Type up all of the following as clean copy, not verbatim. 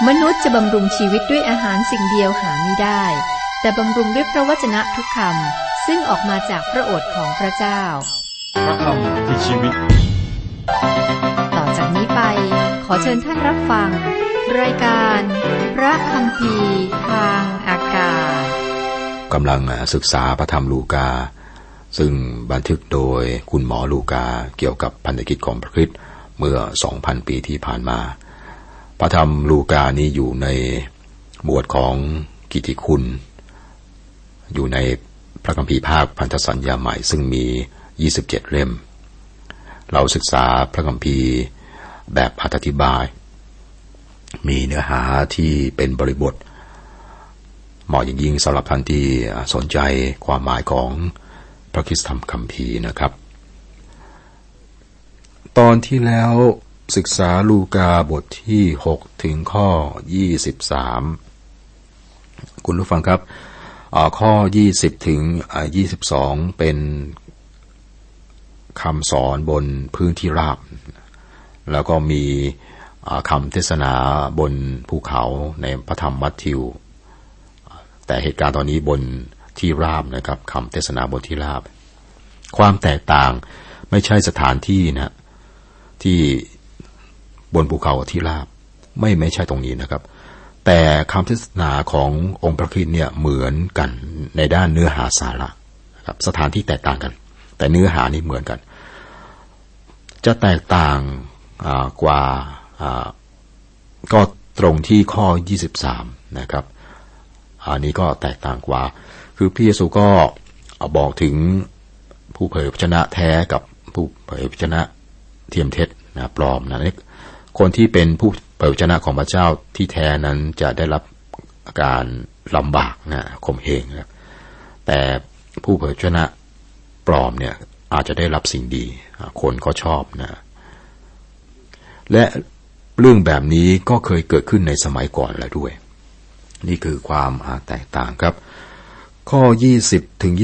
มนุษย์จะบำรุงชีวิตด้วยอาหารสิ่งเดียวหาไม่ได้แต่บำรุงด้วยพระวจนะทุกคำซึ่งออกมาจากพระโอษฐ์ของพระเจ้าพระคำคือชีวิตต่อจากนี้ไปขอเชิญท่านรับฟังรายการพระคัมภีร์ทางอากาศกำลังศึกษาพระธรรมลูกาซึ่งบันทึกโดยคุณหมอลูกาเกี่ยวกับพันธกิจของพระคริสต์เมื่อ 2,000 ปีที่ผ่านมาพระธรรมลูกานี้อยู่ในหมวดของกิตติคุณอยู่ในพระคัมภีร์ภาคพันธสัญญาใหม่ซึ่งมี27เล่มเราศึกษาพระคัมภีร์แบบอธิบายมีเนื้อหาที่เป็นบริบทเหมาะอย่างยิ่งสำหรับท่านที่สนใจความหมายของพระคริสตธรรมคัมภีร์นะครับตอนที่แล้วศึกษาลูกาบทที่6ถึงข้อ23คุณผู้ฟังครับข้อ20ถึง22เป็นคำสอนบนพื้นที่ราบแล้วก็มีคำเทศนาบนภูเขาในพระธรรมมัทธิวแต่เหตุการณ์ตอนนี้บนที่ราบนะครับคำเทศนาบนที่ราบความแตกต่างไม่ใช่สถานที่นะที่บนภูเขาที่ราบไม่ใช่ตรงนี้นะครับแต่คำเทศนาขององค์พระคริสต์เนี่ยเหมือนกันในด้านเนื้อหาสาระนะครับสถานที่แตกต่างกันแต่เนื้อหานี่เหมือนกันจะแตกต่างกว่าก็ตรงที่ข้อ23นะครับอันนี้ก็แตกต่างกว่าคือพระเยซูก็บอกถึงผู้เผยพระชนะแท้กับผู้เผยพระชนะเทียมเท็จนะปลอมนะคนที่เป็นผู้เผยพระชนะของพระเจ้าที่แท้นั้นจะได้รับการลำบากนะข่มเหงนะแต่ผู้เผยพระชนะปลอมเนี่ยอาจจะได้รับสิ่งดีคนก็ชอบนะและเรื่องแบบนี้ก็เคยเกิดขึ้นในสมัยก่อนแล้วด้วยนี่คือความแตกต่างครับข้อ20ถึง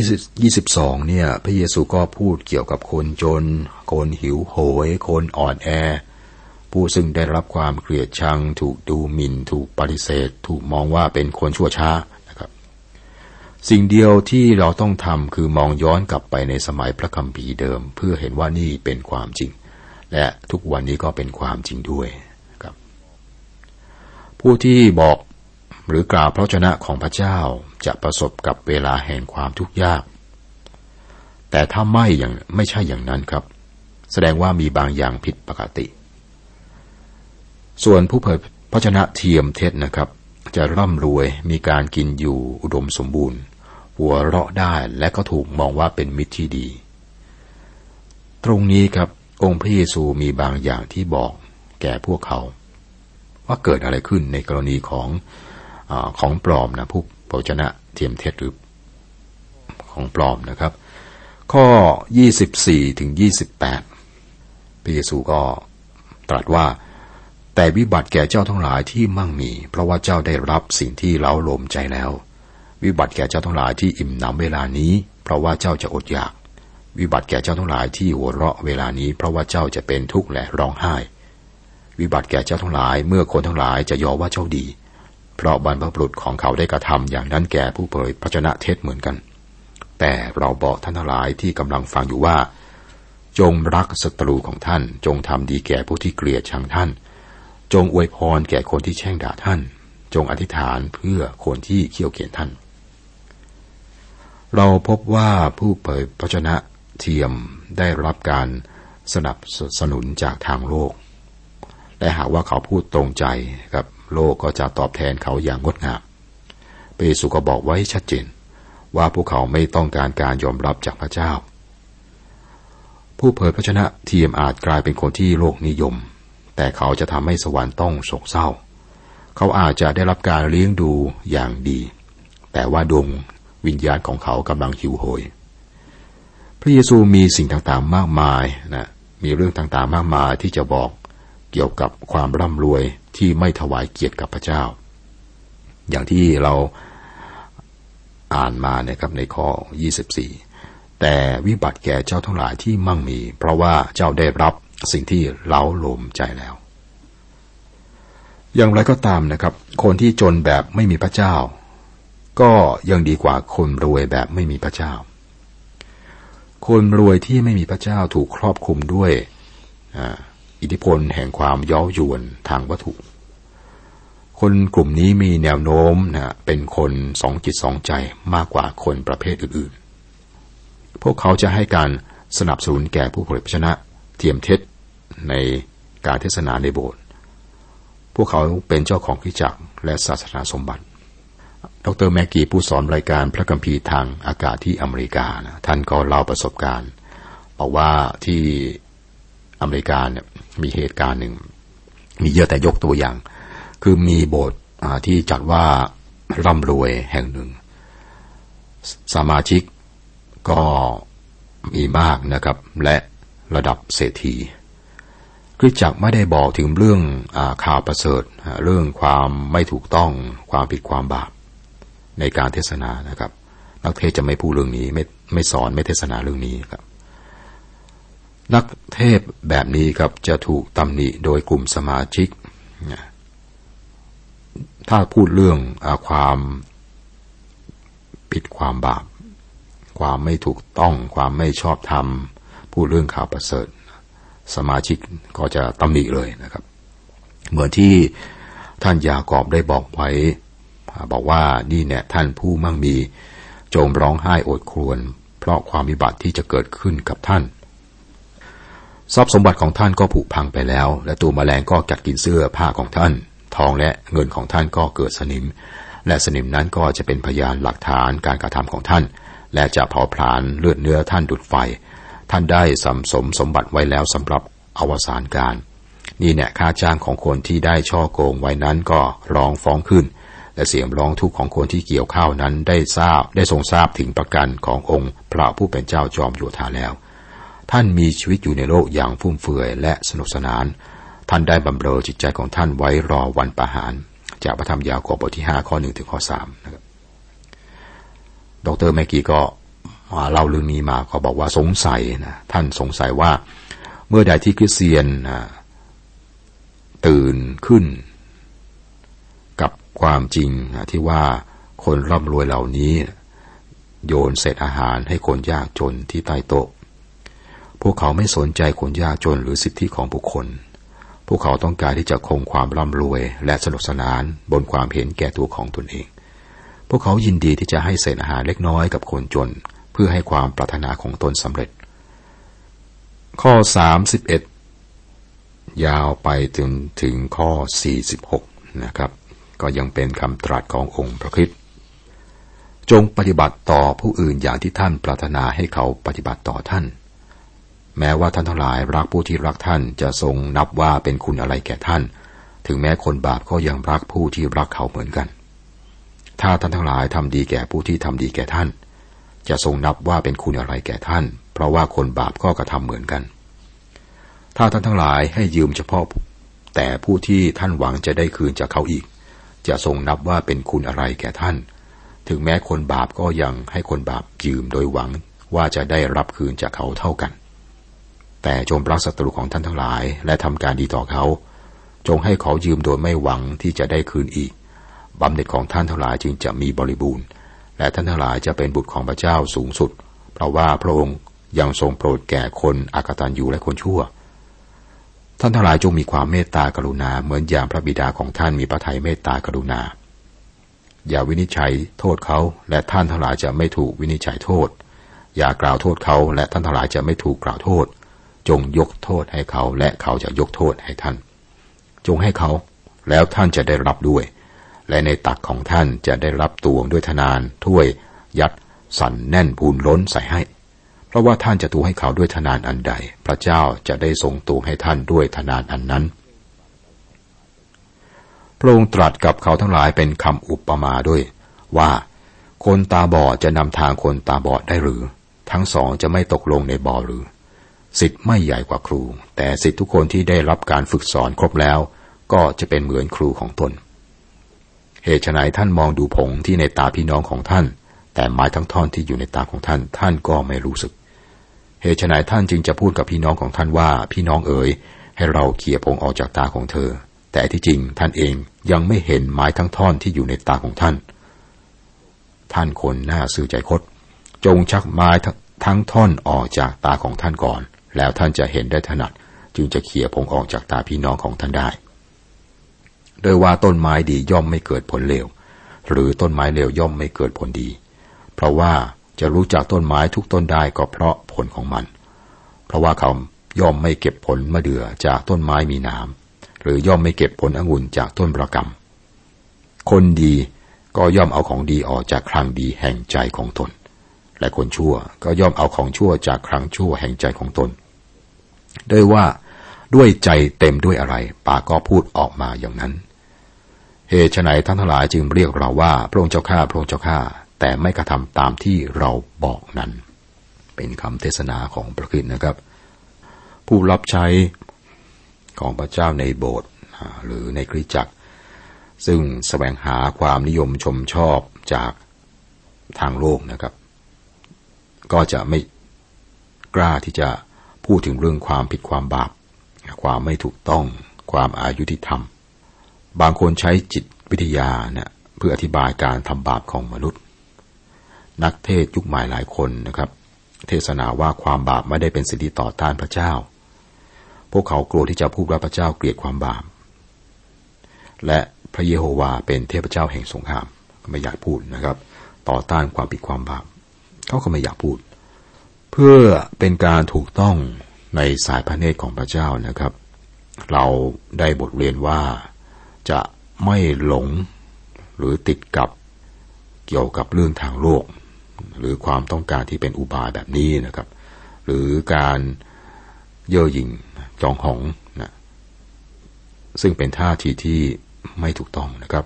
22เนี่ยพระเยซูก็พูดเกี่ยวกับคนจนคนหิวโหยคนอ่อนแอผู้ซึ่งได้รับความเกลียดชังถูกดูหมิ่นถูกปฏิเสธถูกมองว่าเป็นคนชั่วช้านะครับสิ่งเดียวที่เราต้องทำคือมองย้อนกลับไปในสมัยพระคัมภีร์เดิมเพื่อเห็นว่านี่เป็นความจริงและทุกวันนี้ก็เป็นความจริงด้วยครับผู้ที่บอกหรือกล่าวพระวจนะของพระเจ้าจะประสบกับเวลาแห่งความทุกข์ยากแต่ถ้าไม่ใช่อย่างนั้นครับแสดงว่ามีบางอย่างผิดปกติส่วนผู้เผยพระวจนะเทียมเท็จนะครับจะร่ำรวยมีการกินอยู่อุดมสมบูรณ์หัวเราะได้และก็ถูกมองว่าเป็นมิตรที่ดีตรงนี้ครับองค์พระเยซูมีบางอย่างที่บอกแก่พวกเขาว่าเกิดอะไรขึ้นในกรณีของปลอมนะผู้เผยพระวจนะเทียมเท็จหรือของปลอมนะครับข้อ24ถึง28พระเยซูก็ตรัสว่าแต่วิบัติแก่เจ้าทั้งหลายที่มั่งมีเพราะว่าเจ้าได้รับสิ่งที่เร้าโลมใจแล้ววิบัติแก่เจ้าทั้งหลายที่อิ่มหนำเวลานี้เพราะว่าเจ้าจะอดอยากวิบัติแก่เจ้าทั้งหลายที่หัวเราะเวลานี้เพราะว่าเจ้าจะเป็นทุกข์และร้องไห้วิบัติแก่เจ้าทั้งหลายเมื่อคนทั้งหลายจะยอว่าเจ้าดีเพราะบรรพบุรุษของเขาได้กระทำอย่างนั้นแก่ผู้เผยพระวจนะเท็จเหมือนกันแต่เราบอกท่านทั้งหลายที่กำลังฟังอยู่ว่าจงรักศัตรูของท่านจงทำดีแก่ผู้ที่เกลียดชังท่านจงอวยพรแก่คนที่แช่งด่าท่านจงอธิษฐานเพื่อคนที่เคี่ยวเข็นท่านเราพบว่าผู้เผยพระวจนะเทียมได้รับการสนับสนุนจากทางโลกและหากว่าเขาพูดตรงใจกับโลกก็จะตอบแทนเขาอย่างงดงามพระเยซูก็บอกไว้ชัดเจนว่าพวกเขาไม่ต้องการยอมรับจากพระเจ้าผู้เผยพระวจนะเทียมอาจกลายเป็นคนที่โลกนิยมแต่เขาจะทำให้สวรรค์ต้องโศกเศร้าเขาอาจจะได้รับการเลี้ยงดูอย่างดีแต่ว่าดวงวิญญาณของเขากำลังหิวโหยพระเยซูมีสิ่งต่างๆมากมายนะมีเรื่องต่างๆมากมายที่จะบอกเกี่ยวกับความร่ำรวยที่ไม่ถวายเกียรติกับพระเจ้าอย่างที่เราอ่านมานะครับในข้อ24แต่วิบัติแก่เจ้าทั้งหลายที่มั่งมีเพราะว่าเจ้าได้รับสิ่งที่เร้าโลมใจแล้วอย่างไรก็ตามนะครับคนที่จนแบบไม่มีพระเจ้าก็ยังดีกว่าคนรวยแบบไม่มีพระเจ้าคนรวยที่ไม่มีพระเจ้าถูกครอบคลุมด้วยอิทธิพลแห่งความเย้ายวนทางวัตถุคนกลุ่มนี้มีแนวโน้มเป็นคนสองจิตสองใจมากกว่าคนประเภทอื่นๆพวกเขาจะให้การสนับสนุนแก่ผู้ผลิตพระชนะเทียมเท็จในการเทศนาในโบสถ์พวกเขาเป็นเจ้าของคริสตจักรและศาสนาสมบัติดร.แมกกี้ผู้สอนรายการพระคัมภีร์ทางอากาศที่อเมริกาท่านก็เล่าประสบการณ์บอกว่าที่อเมริกาเนี่ยมีเหตุการณ์หนึ่งมีเยอะแต่ยกตัวอย่างคือมีโบสถ์ที่จัดว่าร่ำรวยแห่งหนึ่งสมาชิกก็มีมากนะครับและระดับเศรษฐีคริสตจักรไม่ได้บอกถึงเรื่องข่าวประเสริฐเรื่องความไม่ถูกต้องความผิดความบาปในการเทศนานะครับนักเทศจะไม่พูดเรื่องนี้ไม่สอนไม่เทศนาเรื่องนี้ครับนักเทศแบบนี้ครับจะถูกตำหนิโดยกลุ่มสมาชิกถ้าพูดเรื่องความผิดความบาปความไม่ถูกต้องความไม่ชอบธรรมพูดเรื่องข่าวประเสริฐสมาชิกก็จะตำหนิเลยนะครับเหมือนที่ท่านยากอบได้บอกไว้บอกว่านี่เนี่ยท่านผู้มั่งมีจงร้องไห้โอดครวญเพราะความวิบัติที่จะเกิดขึ้นกับท่านทรัพย์สมบัติของท่านก็ผุพังไปแล้วและตัวแมลงก็กัดกินเสื้อผ้าของท่านทองและเงินของท่านก็เกิดสนิมและสนิมนั้นก็จะเป็นพยานหลักฐานการกระทำของท่านและจะเผาผลาญเลือดเนื้อท่านดุจไฟท่านได้สะสมสมบัติไว้แล้วสำหรับอวสานการนี่เนี่ยค่าจ้างของคนที่ได้ช่อโกงไว้นั้นก็ร้องฟ้องขึ้นและเสียงร้องทุกข์ของคนที่เกี่ยวข้าวนั้นได้ทรงทราบถึงประกันขององค์พระผู้เป็นเจ้าจอมโยธาแล้วท่านมีชีวิตอยู่ในโลกอย่างฟุ่มเฟือยและสนุกสนานท่านได้บำเรอจิตใจของท่านไว้รอวันประหารจากพระธรรมยากอบบทที่5ข้อ1ถึงข้อ3นะครับดร.แมกกี้ก็เล่าเรื่องนี้มาก็บอกว่าสงสัยนะท่านสงสัยว่าเมื่อใดที่คริสเตียนตื่นขึ้นกับความจริงที่ว่าคนร่ำรวยเหล่านี้โยนเศษอาหารให้คนยากจนที่ใต้โต๊ะพวกเขาไม่สนใจคนยากจนหรือสิทธิของบุคคลพวกเขาต้องการที่จะคงความร่ำรวยและสนุกสนานบนความเห็นแก่ตัวของตนเองพวกเขายินดีที่จะให้เศษอาหารเล็กน้อยกับคนจนเพื่อให้ความปรารถนาของตนสำเร็จข้อ31ยาวไปถึงข้อ46นะครับก็ยังเป็นคำตรัสขององค์พระคริสต์จงปฏิบัติต่อผู้อื่นอย่างที่ท่านปรารถนาให้เขาปฏิบัติต่อท่านแม้ว่าท่านทั้งหลายรักผู้ที่รักท่านจะทรงนับว่าเป็นคุณอะไรแก่ท่านถึงแม้คนบาปก็ยังรักผู้ที่รักเขาเหมือนกันถ้าท่านทั้งหลายทำดีแก่ผู้ที่ทำดีแก่ท่านจะทรงนับว่าเป็นคุณอะไรแก่ท่านเพราะว่าคนบาปก็กระทำเหมือนกันถ้าท่านทั้งหลายให้ยืมเฉพาะแต่ผู้ที่ท่านหวังจะได้คืนจากเขาอีกจะทรงนับว่าเป็นคุณอะไรแก่ท่านถึงแม้คนบาปก็ยังให้คนบาปยืมโดยหวังว่าจะได้รับคืนจากเขาเท่ากันแต่จงรักศัตรูของท่านทั้งหลายและทำการดีต่อเขาจงให้เขายืมโดยไม่หวังที่จะได้คืนอีกบำเหน็จของท่านทั้งหลายจึงจะมีบริบูรณ์และท่านทั้งหลายจะเป็นบุตรของพระเจ้าสูงสุดเพราะว่าพระองค์ยังทรงโปรดแก่คนอกตัญญูและคนชั่วท่านทั้งหลายจงมีความเมตตากรุณาเหมือนอย่างพระบิดาของท่านมีพระทัยเมตตากรุณาอย่าวินิจฉัยโทษเขาและท่านทั้งหลายจะไม่ถูกวินิจฉัยโทษอย่ากล่าวโทษเขาและท่านทั้งหลายจะไม่ถูกกล่าวโทษจงยกโทษให้เขาและเขาจะยกโทษให้ท่านจงให้เขาแล้วท่านจะได้รับด้วยและในตักของท่านจะได้รับตวงด้วยธนานถ้วยยัดสั่นแน่นพูนล้นใส่ให้เพราะว่าท่านจะตวงให้เขาด้วยธนานอันใดพระเจ้าจะได้ทรงตวงให้ท่านด้วยธนานอันนั้นพระองค์ตรัสกับเขาทั้งหลายเป็นคำอุปมาด้วยว่าคนตาบอดจะนำทางคนตาบอดได้หรือทั้งสองจะไม่ตกลงในบ่อหรือศิษย์ไม่ใหญ่กว่าครูแต่ศิษย์ทุกคนที่ได้รับการฝึกสอนครบแล้วก็จะเป็นเหมือนครูของตนเหตุไฉนท่านมองดูผงที่ในตาพี่น้องของท่านแต่ไม้ทั้งท่อนที่อยู่ในตาของท่านท่านก็ไม่รู้สึกเหตุไฉนท่านจึงจะพูดกับพี่น้องของท่านว่าพี่น้องเอ๋ยให้เราเขี่ยผงออกจากตาของเธอแต่ที่จริงท่านเองยังไม่เห็นไม้ทั้งท่อนที่อยู่ในตาของท่านท่านคนหน้าซื่อใจคดจงชักไม้ทั้งท่อนออกจากตาของท่านก่อนแล้วท่านจะเห็นได้ถนัดจึงจะเขี่ยผงออกจากตาพี่น้องของท่านได้โดยว่าต้นไม้ดีย่อมไม่เกิดผลเลวหรือต้นไม้เลวย่อมไม่เกิดผลดีเพราะว่าจะรู้จักต้นไม้ทุกต้นได้ก็เพราะผลของมันเพราะว่าเขาย่อมไม่เก็บผลมะเดื่อจากต้นไม้มีหนามหรือย่อมไม่เก็บผลองุ่นจากต้นประกำคนดีก็ย่อมเอาของดีออกจากคลังดีแห่งใจของตนและคนชั่วก็ย่อมเอาของชั่วจากคลังชั่วแห่งใจของตนโดยว่าด้วยใจเต็มด้วยอะไรปากก็พูดออกมาอย่างนั้นเหตุไฉนท่านทั้งหลายจึงเรียกเราว่าพระองค์เจ้าข้าพระองค์เจ้าข้าแต่ไม่กระทำตามที่เราบอกนั้นเป็นคำเทศนาของพระคริสต์นะครับผู้รับใช้ของพระเจ้าในโบสถ์หรือในคริสตจักรซึ่งแสวงหาความนิยมชมชอบจากทางโลกนะครับก็จะไม่กล้าที่จะพูดถึงเรื่องความผิดความบาปความไม่ถูกต้องความอายุติธรรมบางคนใช้จิตวิทยาเนี่ยเพื่ออธิบายการทำบาปของมนุษย์นักเทศยุคใหม่หลายคนนะครับเทศนาว่าความบาปไม่ได้เป็นสิ่งที่ต่อต้านพระเจ้าพวกเขากลัวที่จะพูดว่าพระเจ้าเกลียดความบาปและพระเยโฮวาเป็นเทพเจ้าแห่งสงครามก็ไม่อยากพูดนะครับต่อต้านความผิดความบาปเขาก็ไม่อยากพูดเพื่อเป็นการถูกต้องในสายพระเนตรของพระเจ้านะครับเราได้บทเรียนว่าจะไม่หลงหรือติดกับเกี่ยวกับเรื่องทางโลกหรือความต้องการที่เป็นอุบายแบบนี้นะครับหรือการเย่อหยิ่งจองหองนะซึ่งเป็นท่าทีที่ไม่ถูกต้องนะครับ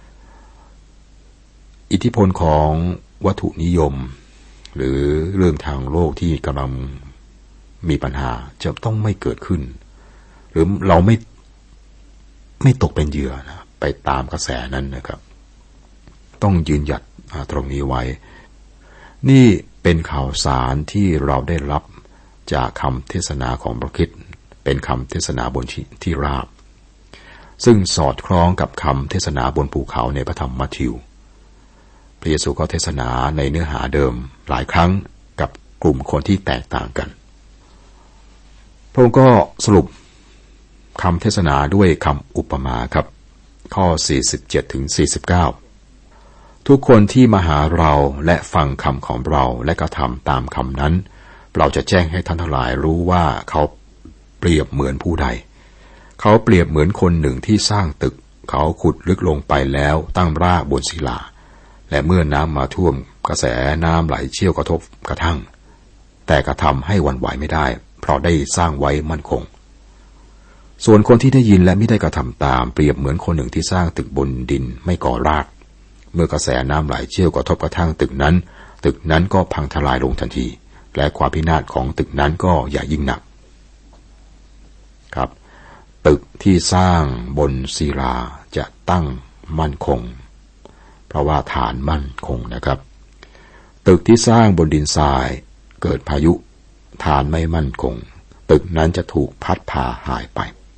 อิทธิพลของวัตถุนิยมหรือเรื่องทางโลกที่กำลังมีปัญหาจะต้องไม่เกิดขึ้นหรือเราไม่ตกเป็นเหยื่อนะไปตามกระแสนั้นนะครับต้องยืนหยัดตรงนี้ไว้นี่เป็นข่าวสารที่เราได้รับจากคำเทศนาของพระคริสต์เป็นคำเทศนาบนที่ราบซึ่งสอดคล้องกับคำเทศนาบนภูเขาในพระธรรมมัทธิวพระเยซูก็เทศนาในเนื้อหาเดิมหลายครั้งกับกลุ่มคนที่แตกต่างกันพระองค์ก็สรุปคำเทศนาด้วยคำอุปมาครับข้อ 47 ถึง 49ทุกคนที่มาหาเราและฟังคำของเราและกระทำตามคำนั้นเราจะแจ้งให้ท่านทั้งหลายรู้ว่าเขาเปรียบเหมือนผู้ใดเขาเปรียบเหมือนคนหนึ่งที่สร้างตึกเขาขุดลึกลงไปแล้วตั้งรากบนศิลาและเมื่อน้ำมาท่วมกระแสน้ำไหลเชี่ยวกระทบกระทั่งแต่กระทำให้หวั่นไหวไม่ได้เพราะได้สร้างไว้มั่นคงส่วนคนที่ได้ยินและไม่ได้กระทำตามเปรียบเหมือนคนหนึ่งที่สร้างตึกบนดินไม่ก่อรากเมื่อกระแสน้ำไหลเชี่ยวกระทบกระทั่งตึกนั้นก็พังทลายลงทันทีและความพินาศของตึกนั้นก็อย่ายิ่งหนักครับตึกที่สร้างบนศิลาจะตั้งมั่นคงเพราะว่าฐานมั่นคงนะครับตึกที่สร้างบนดินทรายเกิดพายุฐานไม่มั่นคงตึกนั้นจะถูกพัดพาหายไป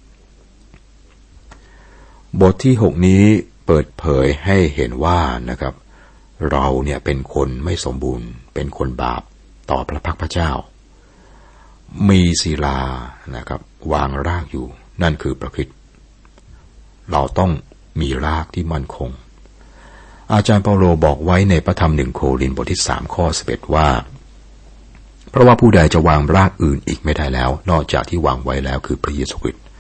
บทที่6นี้เปิดเผยให้เห็นว่านะครับเราเนี่ยเป็นคนไม่สมบูรณ์เป็นคนบาปต่อพระพักพระเจ้ามีศิลานะครับวางรากอยู่นั่นคือพระคริสต์เราต้องมีรากที่มั่นคงอาจารย์เปาโลบอกไว้ในพระธรรม1 โครินธ์บทที่3 ข้อ 11ว่าเพราะว่าผู้ใดจะวางรากอื่นอีกไม่ได้แล้วนอกจากที่วางไว้แล้วคือพระเยซูคริสต์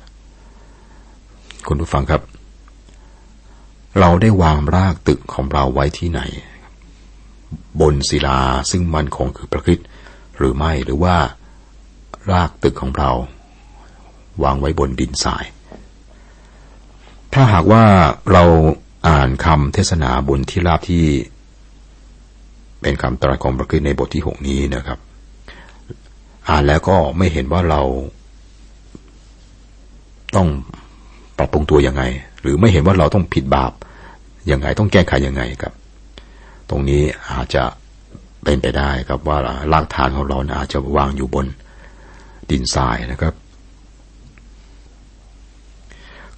คุณผู้ฟังครับเราได้วางรากตึกของเราไว้ที่ไหนบนศิลาซึ่งมั่นคงคือพระคริสต์หรือไม่หรือว่ารากตึกของเราวางไว้บนดินทรายถ้าหากว่าเราอ่านคำเทศนาบนที่ราบที่เป็นคำตรัสของพระคริสต์ในบทที่6นี้นะครับอ่านแล้วก็ไม่เห็นว่าเราต้องปรับปรุงตัวยังไงหรือไม่เห็นว่าเราต้องผิดบาปยังไงต้องแก้ไขยังไงครับตรงนี้อาจจะเป็นไปได้ครับว่ารากฐานของเราอาจจะวางอยู่บนดินทรายนะครับ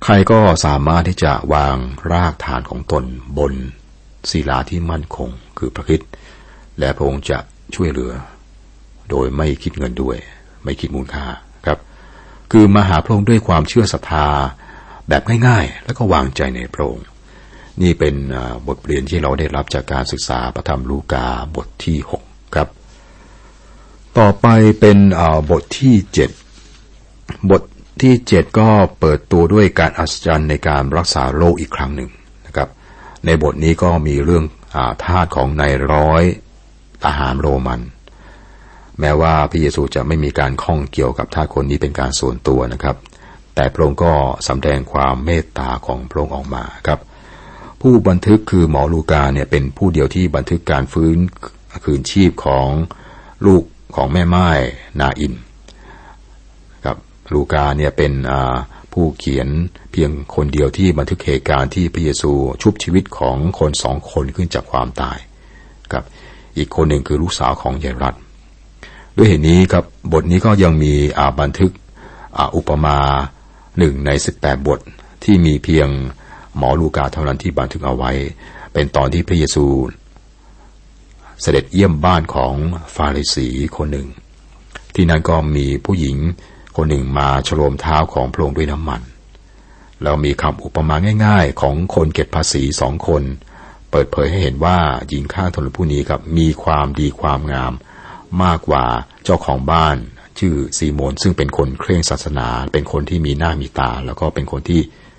ใครก็สามารถที่จะวางรากฐานของตนบนศิลาที่มั่นคงคือพระคริสต์และพระองค์จะช่วยเหลือโดยไม่คิดเงินด้วยไม่คิดมูลค่าครับคือมาหาพระองค์ด้วยความเชื่อศรัทธาแบบง่ายๆแล้วก็วางใจในพระองค์นี่เป็นบทเรียนที่เราได้รับจากการศึกษาพระธรรมลูกาบทที่6ครับต่อไปเป็นบทที่7บทที่7ก็เปิดตัวด้วยการอัศจรรย์ในการรักษาโรคอีกครั้งหนึ่งนะครับในบทนี้ก็มีเรื่องทาสของนายร้อยทหารโรมันแม้ว่าพระเยซูจะไม่มีการข้องเกี่ยวกับทาสคนนี้เป็นการส่วนตัวนะครับแต่พระองค์ก็สำแดงความเมตตาของพระองค์ออกมาครับผู้บันทึกคือหมอลูกาเนี่ยเป็นผู้เดียวที่บันทึกการฟื้นคืนชีพของลูกของแม่ม่ายนาอินครับลูกาเนี่ยเป็นผู้เขียนเพียงคนเดียวที่บันทึกเหตุการณ์ที่พระเยซูชุบชีวิตของคน2 คนขึ้นจากความตายครับอีกคนหนึ่งคือลูกสาวของยายรัฐด้วยเหตุนี้ครับบทนี้ก็ยังมีบันทึกอุปมา1ใน18บทที่มีเพียงหมอลูกาเท่านั้นที่บันทึกเอาไว้เป็นตอนที่พระเยซูเสด็จเยี่ยมบ้านของฟาริสีคนหนึ่งที่นั้นก็มีผู้หญิงคนหนึ่งมาฉโลมเท้าของพระองค์ด้วยน้ำมันแล้วมีคำอุปมาง่ายๆของคนเก็บภาษี2 คนเปิดเผยให้เห็นว่าหญิงข้างถนนผู้นี้ครับมีความดีความงามมากกว่าเจ้าของบ้านชื่อซีโมนซึ่งเป็นคนเคร่งศาสนาเป็นคนที่มีหน้ามีตาแล้วก็เป็นคนที่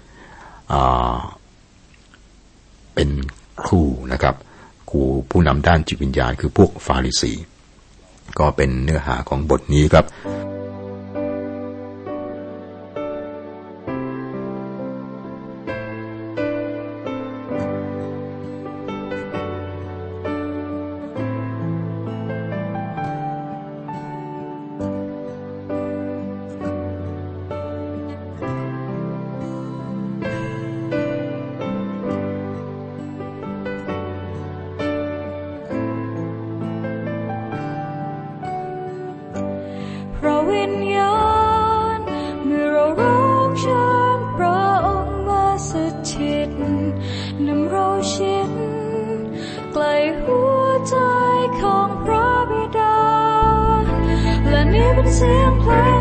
เป็นครูนะครับครูผู้นำด้านจิตวิญญาณคือพวกฟาริสีก็เป็นเนื้อหาของบทนี้ครับเสียงเพลง